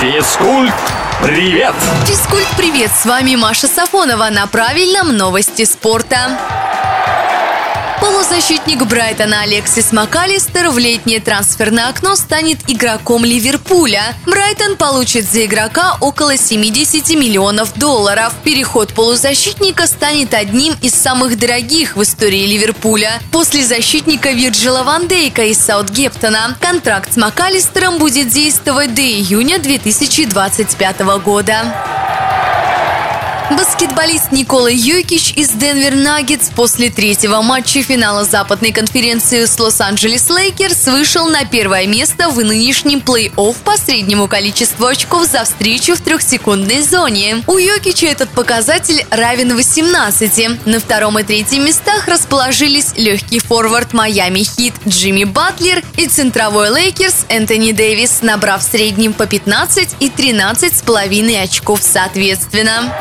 Физкульт, привет! Физкульт, привет! С вами Маша Сафонова. На правильном новости спорта. Полузащитник Брайтона Алексис МакАлистер в летнее трансферное окно станет игроком Ливерпуля. Брайтон получит за игрока около $70 миллионов. Переход полузащитника станет одним из самых дорогих в истории Ливерпуля. После защитника Вирджила ван Дейка из Саутгемптона контракт с МакАлистером будет действовать до июня 2025 года. Баскетболист Никола Йокич из Денвер Наггетс после третьего матча финала западной конференции с Лос-Анджелес Лейкерс вышел на первое место в нынешнем плей-офф по среднему количеству очков за встречу в трехсекундной зоне. У Йокича этот показатель равен 18. На втором и третьем местах расположились легкий форвард Майами Хит Джимми Батлер и центровой Лейкерс Энтони Дэвис, набрав в среднем по 15 и 13,5 очков соответственно.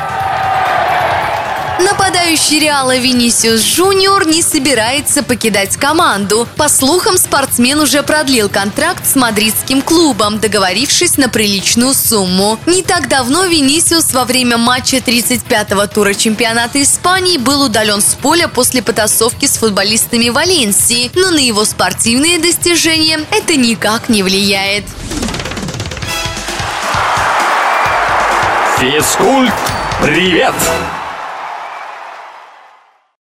Нападающий Реала Винисиус Джуниор не собирается покидать команду. По слухам, спортсмен уже продлил контракт с мадридским клубом, договорившись на приличную сумму. Не так давно Винисиус во время матча 35-го тура чемпионата Испании был удален с поля после потасовки с футболистами Валенсии, но на его спортивные достижения это никак не влияет. Физкульт, привет!